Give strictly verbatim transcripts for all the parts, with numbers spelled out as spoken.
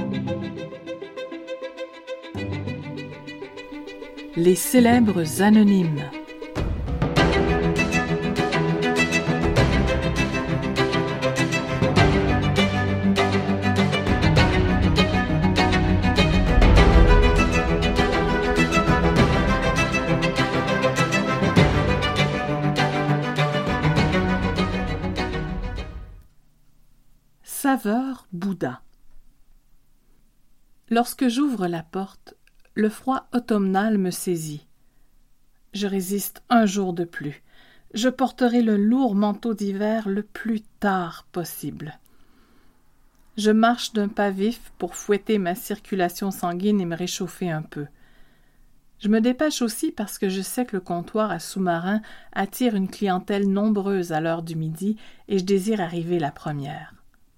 Les célèbres anonymes. Saveur Bouddha. Lorsque j'ouvre la porte, le froid automnal me saisit. Je résiste un jour de plus. Je porterai le lourd manteau d'hiver le plus tard possible. Je marche d'un pas vif pour fouetter ma circulation sanguine et me réchauffer un peu. Je me dépêche aussi parce que je sais que le comptoir à sous-marin attire une clientèle nombreuse à l'heure du midi et je désire arriver la première.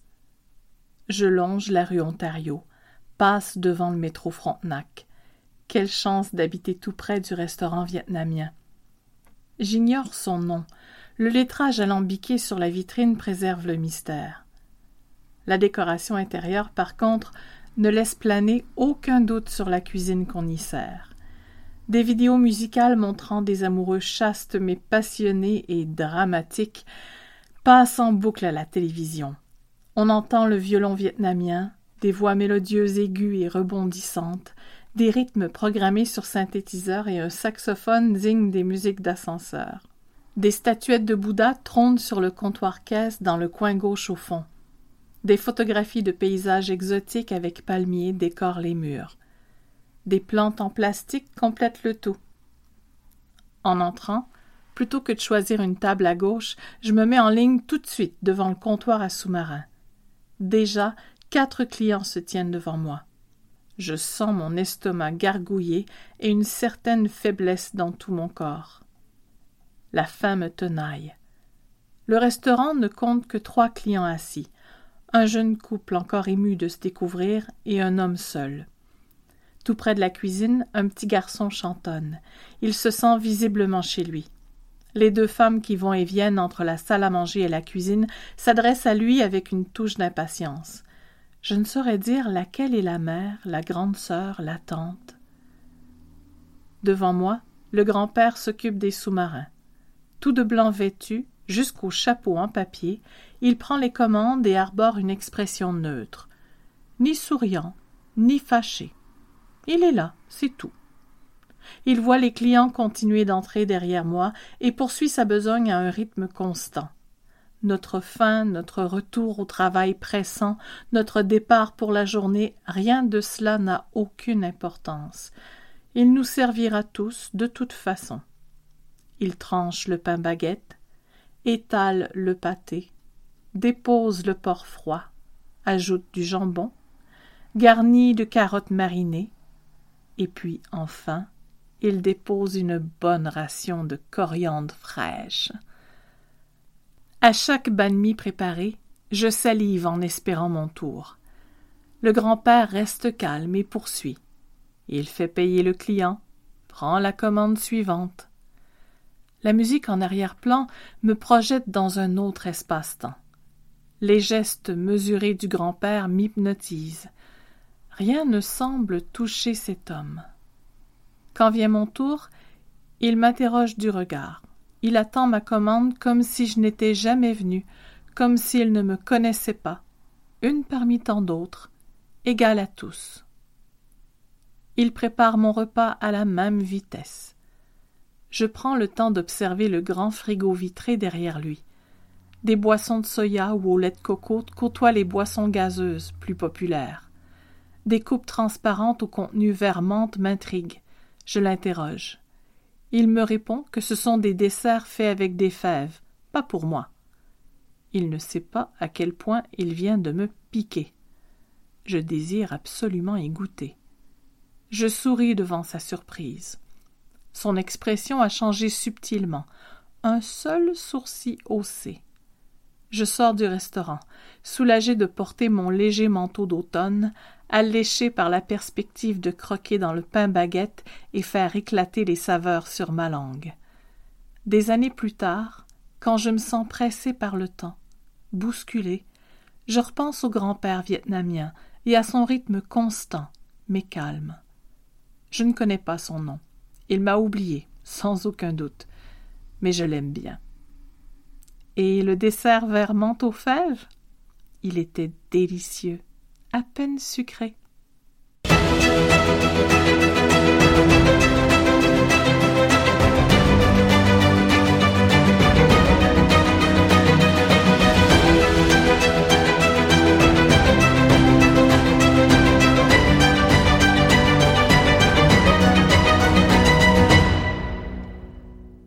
Je longe la rue Ontario, passe devant le métro Frontenac. Quelle chance d'habiter tout près du restaurant vietnamien. J'ignore son nom. Le lettrage alambiqué sur la vitrine préserve le mystère. La décoration intérieure, par contre, ne laisse planer aucun doute sur la cuisine qu'on y sert. Des vidéos musicales montrant des amoureux chastes mais passionnés et dramatiques passent en boucle à la télévision. On entend le violon vietnamien, des voix mélodieuses aiguës et rebondissantes, des rythmes programmés sur synthétiseur et un saxophone digne des musiques d'ascenseur. Des statuettes de Bouddha trônent sur le comptoir-caisse dans le coin gauche au fond. Des photographies de paysages exotiques avec palmiers décorent les murs. Des plantes en plastique complètent le tout. En entrant, plutôt que de choisir une table à gauche, je me mets en ligne tout de suite devant le comptoir à sous-marin. Déjà, quatre clients se tiennent devant moi. Je sens mon estomac gargouiller et une certaine faiblesse dans tout mon corps. La faim me tenaille. Le restaurant ne compte que trois clients assis, un jeune couple encore ému de se découvrir et un homme seul. Tout près de la cuisine, un petit garçon chantonne. Il se sent visiblement chez lui. Les deux femmes qui vont et viennent entre la salle à manger et la cuisine s'adressent à lui avec une touche d'impatience. Je ne saurais dire laquelle est la mère, la grande sœur, la tante. Devant moi, le grand-père s'occupe des sous-marins. Tout de blanc vêtu, jusqu'au chapeau en papier, il prend les commandes et arbore une expression neutre. Ni souriant, ni fâché. Il est là, c'est tout. Il voit les clients continuer d'entrer derrière moi et poursuit sa besogne à un rythme constant. Notre faim, notre retour au travail pressant, notre départ pour la journée, rien de cela n'a aucune importance. Il nous servira tous de toute façon. Il tranche le pain baguette, étale le pâté, dépose le porc froid, ajoute du jambon, garnit de carottes marinées, et puis enfin, il dépose une bonne ration de coriandre fraîche. À chaque banh mi préparé, je salive en espérant mon tour. Le grand-père reste calme et poursuit. Il fait payer le client, prend la commande suivante. La musique en arrière-plan me projette dans un autre espace-temps. Les gestes mesurés du grand-père m'hypnotisent. Rien ne semble toucher cet homme. Quand vient mon tour, il m'interroge du regard. Il attend ma commande comme si je n'étais jamais venue, comme s'il ne me connaissait pas, une parmi tant d'autres, égale à tous. Il prépare mon repas à la même vitesse. Je prends le temps d'observer le grand frigo vitré derrière lui. Des boissons de soya ou au lait de coco côtoient les boissons gazeuses, plus populaires. Des coupes transparentes au contenu vert menthe m'intriguent. Je l'interroge. Il me répond que ce sont des desserts faits avec des fèves, pas pour moi. Il ne sait pas à quel point il vient de me piquer. Je désire absolument y goûter. Je souris devant sa surprise. Son expression a changé subtilement, un seul sourcil haussé. Je sors du restaurant, soulagé de porter mon léger manteau d'automne, alléché par la perspective de croquer dans le pain baguette et faire éclater les saveurs sur ma langue. Des années plus tard, quand je me sens pressé par le temps, bousculé, je repense au grand-père vietnamien, et à son rythme constant, mais calme. Je ne connais pas son nom. Il m'a oublié, sans aucun doute, mais je l'aime bien. Et le dessert vert menthe aux fèves? Il était délicieux, à peine sucré.